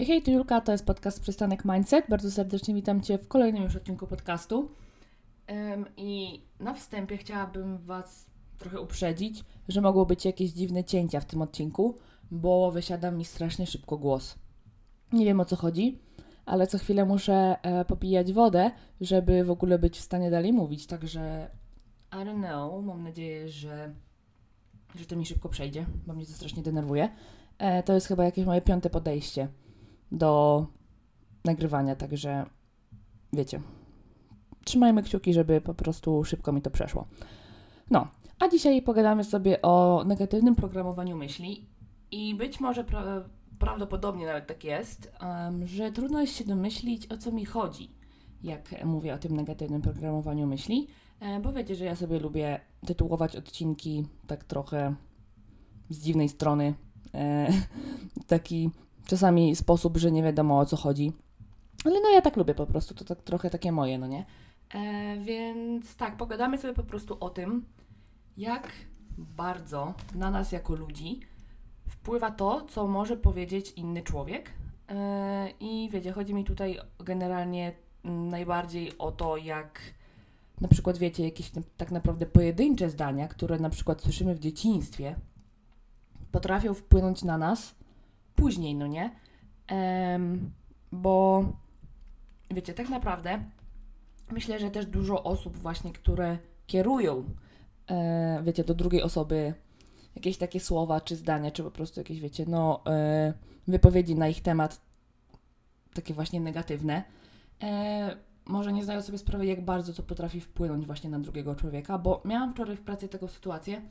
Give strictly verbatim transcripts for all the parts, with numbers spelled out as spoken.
Hej, tu Julka, to jest podcast Przystanek Mindset. Bardzo serdecznie witam Cię w kolejnym już odcinku podcastu. Um, I na wstępie chciałabym Was trochę uprzedzić, że mogą być jakieś dziwne cięcia w tym odcinku, bo wysiada mi strasznie szybko głos. Nie wiem, o co chodzi, ale co chwilę muszę e, popijać wodę, żeby w ogóle być w stanie dalej mówić. Także I don't know, mam nadzieję, że, że to mi szybko przejdzie, bo mnie to strasznie denerwuje. E, to jest chyba jakieś moje piąte podejście do nagrywania, także wiecie, trzymajmy kciuki, żeby po prostu szybko mi to przeszło. No, a dzisiaj pogadamy sobie o negatywnym programowaniu myśli i być może pra- prawdopodobnie nawet tak jest, um, że trudno jest się domyślić, o co mi chodzi, jak mówię o tym negatywnym programowaniu myśli, e, bo wiecie, że ja sobie lubię tytułować odcinki tak trochę z dziwnej strony, e, taki czasami sposób, że nie wiadomo, o co chodzi. Ale no ja tak lubię po prostu, to tak trochę takie moje, no nie? E, więc tak, pogadamy sobie po prostu o tym, jak bardzo na nas jako ludzi wpływa to, co może powiedzieć inny człowiek. E, I wiecie, chodzi mi tutaj generalnie m, najbardziej o to, jak na przykład, wiecie, jakieś n- tak naprawdę pojedyncze zdania, które na przykład słyszymy w dzieciństwie, potrafią wpłynąć na nas później, no nie? Em, bo wiecie, tak naprawdę myślę, że też dużo osób właśnie, które kierują, e, wiecie, do drugiej osoby jakieś takie słowa, czy zdania, czy po prostu jakieś, wiecie, no, e, wypowiedzi na ich temat, takie właśnie negatywne, e, może nie zdają sobie sprawy, jak bardzo to potrafi wpłynąć właśnie na drugiego człowieka, bo miałam wczoraj w pracy taką sytuację,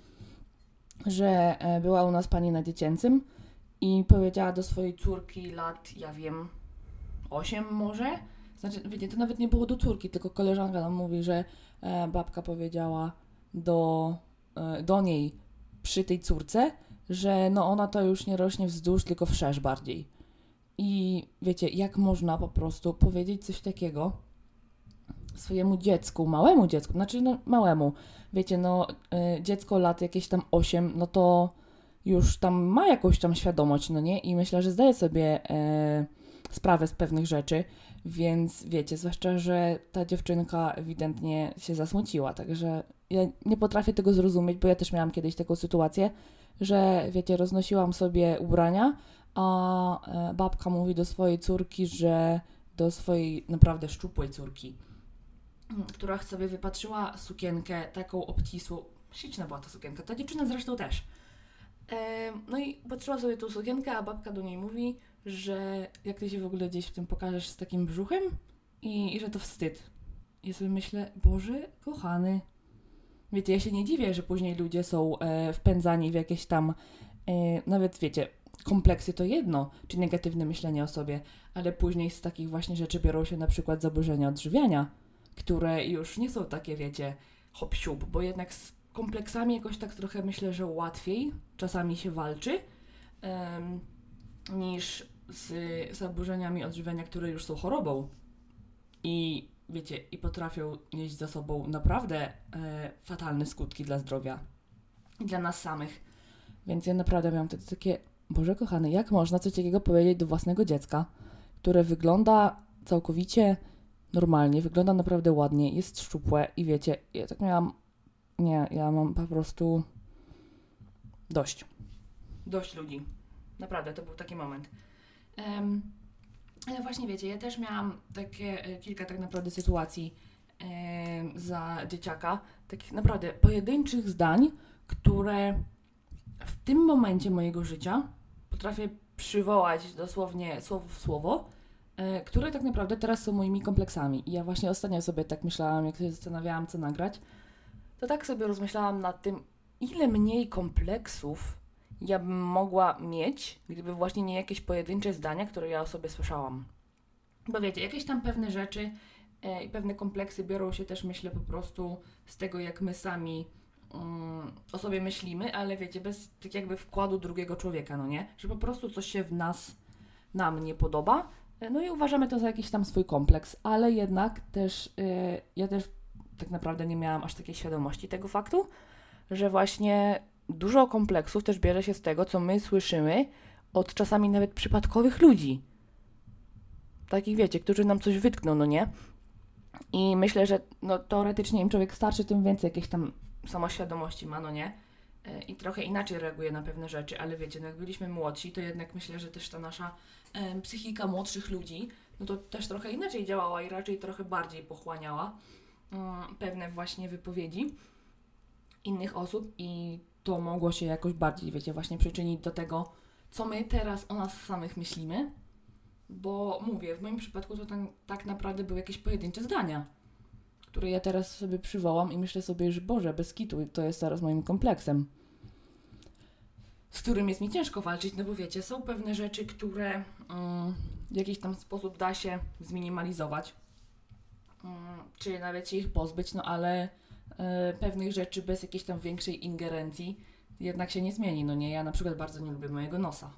że e, była u nas pani na dziecięcym i powiedziała do swojej córki lat, ja wiem, osiem może? Znaczy, wiecie, to nawet nie było do córki, tylko koleżanka nam mówi, że e, babka powiedziała do, e, do niej przy tej córce, że no ona to już nie rośnie wzdłuż, tylko wszerz bardziej. I wiecie, jak można po prostu powiedzieć coś takiego swojemu dziecku, małemu dziecku, znaczy no małemu, wiecie, no y, dziecko lat jakieś tam osiem, no to już tam ma jakąś tam świadomość, no nie? I myślę, że zdaje sobie e, sprawę z pewnych rzeczy, więc wiecie, zwłaszcza, że ta dziewczynka ewidentnie się zasmuciła, także ja nie potrafię tego zrozumieć, bo ja też miałam kiedyś taką sytuację, że wiecie, roznosiłam sobie ubrania, a e, babka mówi do swojej córki, że do swojej naprawdę szczupłej córki, która sobie wypatrzyła sukienkę taką obcisłą. Śliczna była ta sukienka, ta dziewczyna zresztą też. E, no i patrzyła sobie tą sukienkę, a babka do niej mówi, że jak ty się w ogóle gdzieś w tym pokażesz z takim brzuchem i, i że to wstyd. I ja sobie myślę, Boże kochany, wiecie, ja się nie dziwię, że później ludzie są e, wpędzani w jakieś tam, e, nawet wiecie, kompleksy to jedno, czy negatywne myślenie o sobie, ale później z takich właśnie rzeczy biorą się na przykład zaburzenia odżywiania, które już nie są takie, wiecie, hop siup, bo jednak z kompleksami jakoś tak trochę myślę, że łatwiej czasami się walczy em, niż z zaburzeniami odżywiania, które już są chorobą i wiecie, i potrafią nieść za sobą naprawdę e, fatalne skutki dla zdrowia i dla nas samych. Więc ja naprawdę miałam wtedy takie, Boże kochany, jak można coś takiego powiedzieć do własnego dziecka, które wygląda całkowicie normalnie, wygląda naprawdę ładnie, jest szczupłe i wiecie, ja tak miałam, nie, ja mam po prostu dość. Dość ludzi. Naprawdę, to był taki moment. Um, ale właśnie wiecie, ja też miałam takie e, kilka tak naprawdę sytuacji e, za dzieciaka, takich naprawdę pojedynczych zdań, które w tym momencie mojego życia potrafię przywołać dosłownie słowo w słowo, e, które tak naprawdę teraz są moimi kompleksami. I ja właśnie ostatnio sobie tak myślałam, jak się zastanawiałam, co nagrać, to tak sobie rozmyślałam nad tym, ile mniej kompleksów ja bym mogła mieć, gdyby właśnie nie jakieś pojedyncze zdania, które ja o sobie słyszałam. Bo wiecie, jakieś tam pewne rzeczy e, i pewne kompleksy biorą się też, myślę, po prostu z tego, jak my sami um, o sobie myślimy, ale wiecie, bez tak jakby wkładu drugiego człowieka, no nie? Że po prostu coś się w nas, nam nie podoba, e, no i uważamy to za jakiś tam swój kompleks, ale jednak też, e, ja też tak naprawdę nie miałam aż takiej świadomości tego faktu, że właśnie dużo kompleksów też bierze się z tego, co my słyszymy od czasami nawet przypadkowych ludzi. takich wiecie, którzy nam coś wytkną, no nie? I myślę, że no, teoretycznie im człowiek starszy, tym więcej jakiejś tam samoświadomości ma, no nie? I trochę inaczej reaguje na pewne rzeczy, ale wiecie, no jak byliśmy młodsi, to jednak myślę, że też ta nasza e, psychika młodszych ludzi, no to też trochę inaczej działała i raczej trochę bardziej pochłaniała um, pewne właśnie wypowiedzi innych osób i to mogło się jakoś bardziej, wiecie, właśnie przyczynić do tego, co my teraz o nas samych myślimy, bo mówię, w moim przypadku to tam, tak naprawdę były jakieś pojedyncze zdania, które ja teraz sobie przywołam i myślę sobie, że Boże, bez kitu, to jest teraz moim kompleksem, z którym jest mi ciężko walczyć, no bo wiecie, są pewne rzeczy, które um, w jakiś tam sposób da się zminimalizować, um, czy nawet się ich pozbyć, no ale e, pewnych rzeczy bez jakiejś tam większej ingerencji jednak się nie zmieni, no nie? Ja na przykład bardzo nie lubię mojego nosa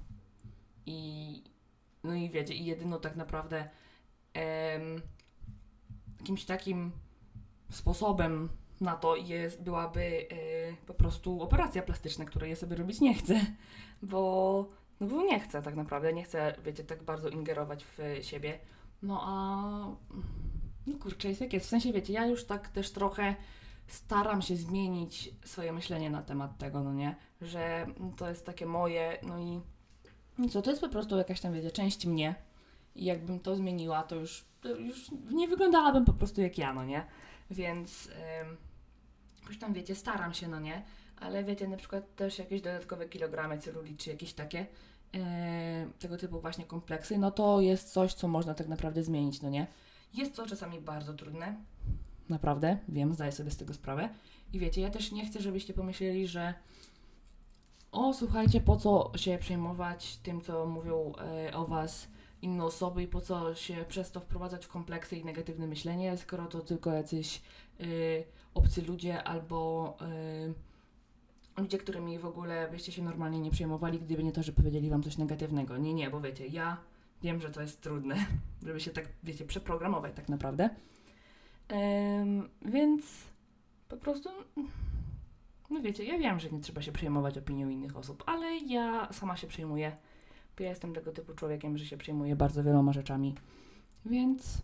i no i wiecie, i jedyną tak naprawdę em, jakimś takim sposobem na to jest, byłaby y, po prostu operacja plastyczna, której ja sobie robić nie chcę, bo, no bo nie chcę tak naprawdę, nie chcę, wiecie, tak bardzo ingerować w siebie. No a, no kurczę, jest jak jest, w sensie, wiecie, ja już tak też trochę staram się zmienić swoje myślenie na temat tego, no nie, że to jest takie moje, no i no co, to jest po prostu jakaś tam, wiecie, część mnie i jakbym to zmieniła, to już, to już nie wyglądałabym po prostu jak ja, no nie? Więc ym, jakoś tam, wiecie, staram się, no nie? Ale wiecie, na przykład też jakieś dodatkowe kilogramy celulit, czy jakieś takie yy, tego typu właśnie kompleksy, no to jest coś, co można tak naprawdę zmienić, no nie? Jest to czasami bardzo trudne, naprawdę, wiem, zdaję sobie z tego sprawę i wiecie, ja też nie chcę, żebyście pomyśleli, że o, słuchajcie, po co się przejmować tym, co mówią e, o was inne osoby i po co się przez to wprowadzać w kompleksy i negatywne myślenie, skoro to tylko jacyś y, obcy ludzie albo y, ludzie, którymi w ogóle byście się normalnie nie przejmowali, gdyby nie to, że powiedzieli wam coś negatywnego. Nie, nie, bo wiecie, ja wiem, że to jest trudne, żeby się tak, wiecie, przeprogramować tak naprawdę. Ym, więc po prostu, no wiecie, ja wiem, że nie trzeba się przejmować opinią innych osób, ale ja sama się przejmuję. Ja jestem tego typu człowiekiem, że się przejmuję bardzo wieloma rzeczami. Więc,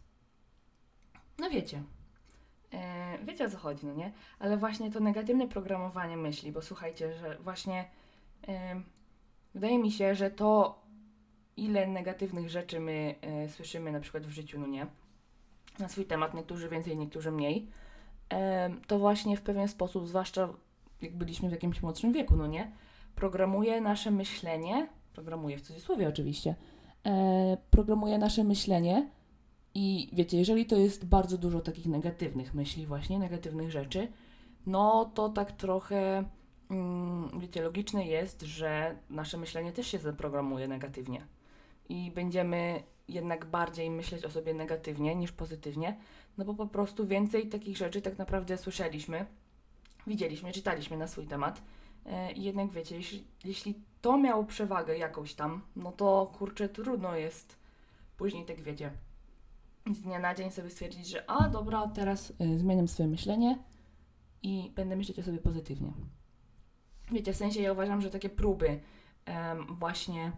no wiecie, e, wiecie o co chodzi, no nie? Ale właśnie to negatywne programowanie myśli, bo słuchajcie, że właśnie e, wydaje mi się, że to, ile negatywnych rzeczy my e, słyszymy na przykład w życiu, no nie? Na swój temat, niektórzy więcej, niektórzy mniej, e, to właśnie w pewien sposób, zwłaszcza jak byliśmy w jakimś młodszym wieku, no nie? Programuje nasze myślenie, programuje w cudzysłowie oczywiście, e, programuje nasze myślenie i wiecie, jeżeli to jest bardzo dużo takich negatywnych myśli właśnie, negatywnych rzeczy, no to tak trochę, mm, wiecie, logiczne jest, że nasze myślenie też się zaprogramuje negatywnie i będziemy jednak bardziej myśleć o sobie negatywnie niż pozytywnie, no bo po prostu więcej takich rzeczy tak naprawdę słyszeliśmy, widzieliśmy, czytaliśmy na swój temat. I jednak wiecie, jeśli, jeśli to miało przewagę jakąś tam, no to kurczę, trudno jest później, tak wiecie, z dnia na dzień sobie stwierdzić, że a dobra, teraz y, zmieniam swoje myślenie i będę myśleć o sobie pozytywnie. Wiecie, w sensie ja uważam, że takie próby em, właśnie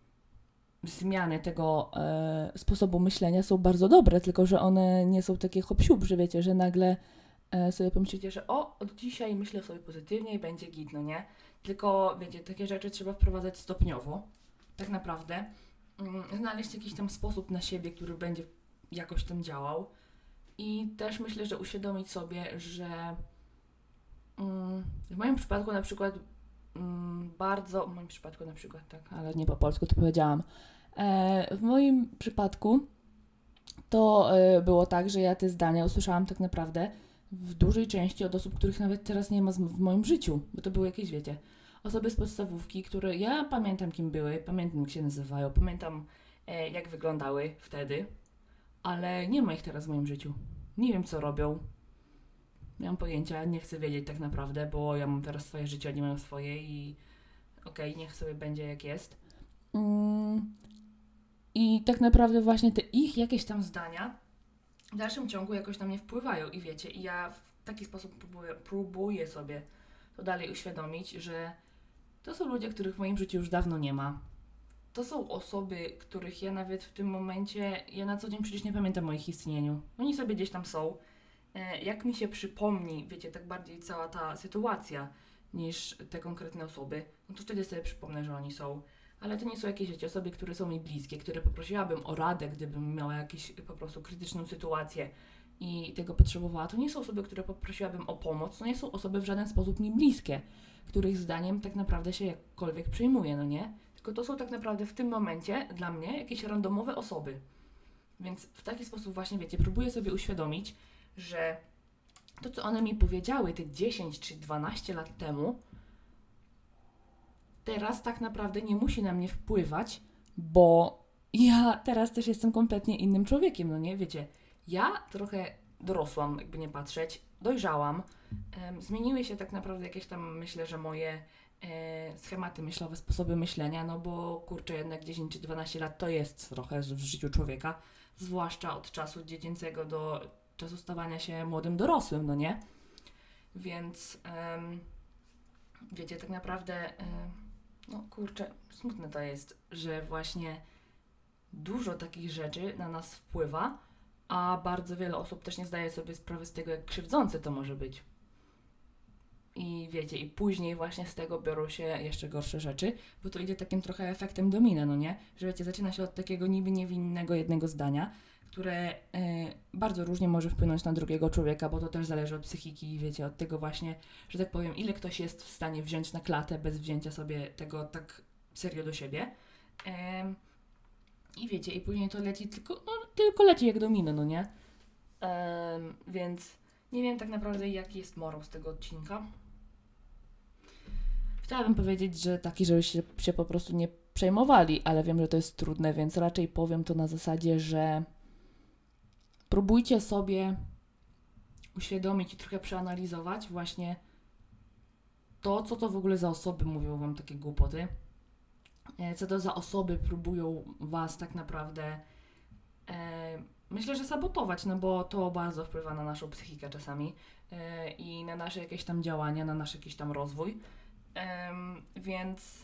zmiany tego e, sposobu myślenia są bardzo dobre, tylko że one nie są takie hop-siup, że wiecie, że nagle sobie pomyślicie, że o, od dzisiaj myślę sobie pozytywnie i będzie git, no nie? Tylko, wiecie, takie rzeczy trzeba wprowadzać stopniowo, tak naprawdę. Mm, znaleźć jakiś tam sposób na siebie, który będzie jakoś tam działał. I też myślę, że uświadomić sobie, że mm, w moim przypadku na przykład mm, bardzo, w moim przypadku na przykład, tak, ale nie po polsku to powiedziałam. E, w moim przypadku to e, było tak, że ja te zdania usłyszałam tak naprawdę w dużej części od osób, których nawet teraz nie ma w moim życiu, bo to były jakieś, wiecie, osoby z podstawówki, które ja pamiętam kim były, pamiętam jak się nazywają, pamiętam e, jak wyglądały wtedy, ale nie ma ich teraz w moim życiu. Nie wiem co robią, nie mam pojęcia, nie chcę wiedzieć tak naprawdę, bo ja mam teraz swoje życie, oni mają swoje i okej, okay, niech sobie będzie jak jest. Mm. I tak naprawdę właśnie te ich jakieś tam zdania w dalszym ciągu jakoś na mnie wpływają i wiecie, i ja w taki sposób próbuję, próbuję sobie to dalej uświadomić, że to są ludzie, których w moim życiu już dawno nie ma. to są osoby, których ja nawet w tym momencie, ja na co dzień przecież nie pamiętam o ich istnieniu. Oni sobie gdzieś tam są. E, jak mi się przypomni, wiecie, tak bardziej cała ta sytuacja niż te konkretne osoby, no to wtedy sobie przypomnę, że oni są. Ale to nie są jakieś, wiecie, osoby, które są mi bliskie, które poprosiłabym o radę, gdybym miała jakąś po prostu krytyczną sytuację i tego potrzebowała. To nie są osoby, które poprosiłabym o pomoc, to nie są osoby w żaden sposób mi bliskie, których zdaniem tak naprawdę się jakkolwiek przyjmuje, no nie? Tylko to są tak naprawdę w tym momencie dla mnie jakieś randomowe osoby. Więc w taki sposób właśnie, wiecie, próbuję sobie uświadomić, że to, co one mi powiedziały te dziesięć czy dwanaście lat temu, teraz tak naprawdę nie musi na mnie wpływać, bo ja teraz też jestem kompletnie innym człowiekiem, no nie? Wiecie, ja trochę dorosłam, jakby nie patrzeć, dojrzałam, um, zmieniły się tak naprawdę jakieś tam, myślę, że moje e, schematy myślowe, sposoby myślenia, no bo kurczę, jednak dziesięć czy dwanaście lat to jest trochę w życiu człowieka, zwłaszcza od czasu dziecięcego do czasu stawania się młodym dorosłym, no nie? Więc um, wiecie, tak naprawdę um, no kurczę, smutne to jest, że właśnie dużo takich rzeczy na nas wpływa, a bardzo wiele osób też nie zdaje sobie sprawy z tego, jak krzywdzące to może być. I wiecie, i później właśnie z tego biorą się jeszcze gorsze rzeczy, bo to idzie takim trochę efektem domina, no nie? Że wiecie, zaczyna się od takiego niby niewinnego jednego zdania, które e, bardzo różnie może wpłynąć na drugiego człowieka, bo to też zależy od psychiki i wiecie, od tego właśnie, że tak powiem, ile ktoś jest w stanie wziąć na klatę bez wzięcia sobie tego tak serio do siebie. E, I wiecie, i później to leci tylko, no, tylko leci jak domino, no nie? E, więc nie wiem tak naprawdę, jaki jest morał z tego odcinka. Chciałabym powiedzieć, że taki, żebyście się, się po prostu nie przejmowali, ale wiem, że to jest trudne, więc raczej powiem to na zasadzie, że próbujcie sobie uświadomić i trochę przeanalizować właśnie to, co to w ogóle za osoby mówią wam takie głupoty, co to za osoby próbują was tak naprawdę e, myślę, że sabotować, no bo to bardzo wpływa na naszą psychikę czasami e, i na nasze jakieś tam działania, na nasz jakiś tam rozwój, e, więc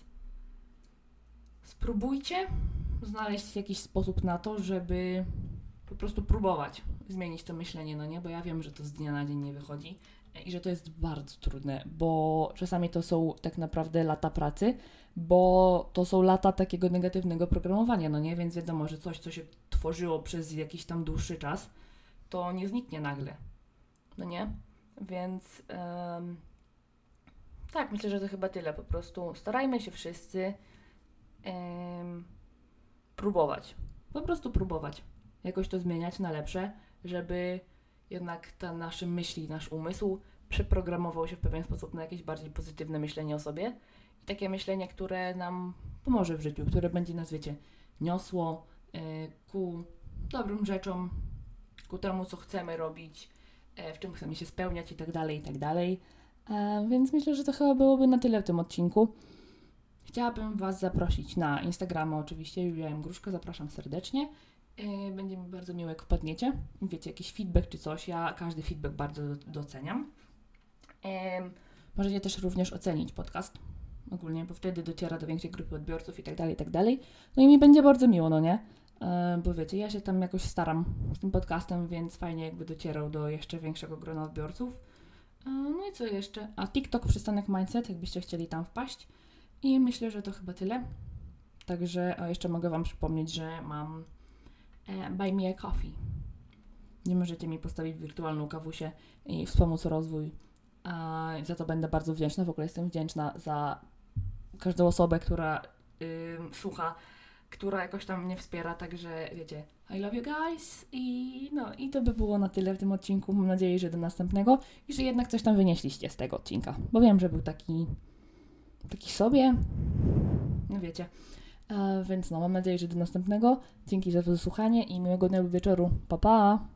spróbujcie znaleźć jakiś sposób na to, żeby po prostu próbować zmienić to myślenie, no nie? Bo ja wiem, że to z dnia na dzień nie wychodzi i że to jest bardzo trudne, bo czasami to są tak naprawdę lata pracy, bo to są lata takiego negatywnego programowania, no nie? Więc wiadomo, że coś, co się tworzyło przez jakiś tam dłuższy czas, to nie zniknie nagle, no nie? Więc um, tak, myślę, że to chyba tyle. Po prostu starajmy się wszyscy um, próbować. Po prostu próbować. Jakoś to zmieniać na lepsze, żeby jednak te nasze myśli, nasz umysł przeprogramował się w pewien sposób na jakieś bardziej pozytywne myślenie o sobie i takie myślenie, które nam pomoże w życiu, które będzie nas, wiecie, niosło yy, ku dobrym rzeczom, ku temu, co chcemy robić, yy, w czym chcemy się spełniać i tak dalej, i tak dalej. Yy, więc myślę, że to chyba byłoby na tyle w tym odcinku. Chciałabym Was zaprosić na Instagrama oczywiście, Julia M. Gruszka, zapraszam serdecznie. Yy, będzie mi bardzo miło, jak wpadniecie. Wiecie, jakiś feedback czy coś. Ja każdy feedback bardzo doceniam. Yy, możecie też również ocenić podcast ogólnie, bo wtedy dociera do większej grupy odbiorców i tak dalej, i tak dalej. No i mi będzie bardzo miło, no nie? Yy, bo wiecie, ja się tam jakoś staram z tym podcastem, więc fajnie jakby docierał do jeszcze większego grona odbiorców. Yy, no i co jeszcze? A TikTok Przystanek Mindset, jakbyście chcieli tam wpaść. I myślę, że to chyba tyle. Także o, jeszcze mogę Wam przypomnieć, że mam e, Buy Me a Coffee. Nie możecie mi postawić wirtualną kawusię i wspomóc rozwój. A za to będę bardzo wdzięczna. W ogóle jestem wdzięczna za każdą osobę, która y, słucha, która jakoś tam mnie wspiera. Także wiecie, I love you guys. I no i to by było na tyle w tym odcinku. Mam nadzieję, że do następnego i że jednak coś tam wynieśliście z tego odcinka. Bo wiem, że był taki taki sobie, no wiecie, e, więc no, mam nadzieję, że do następnego. Dzięki za wysłuchanie i miłego dnia lub wieczoru. Pa, pa!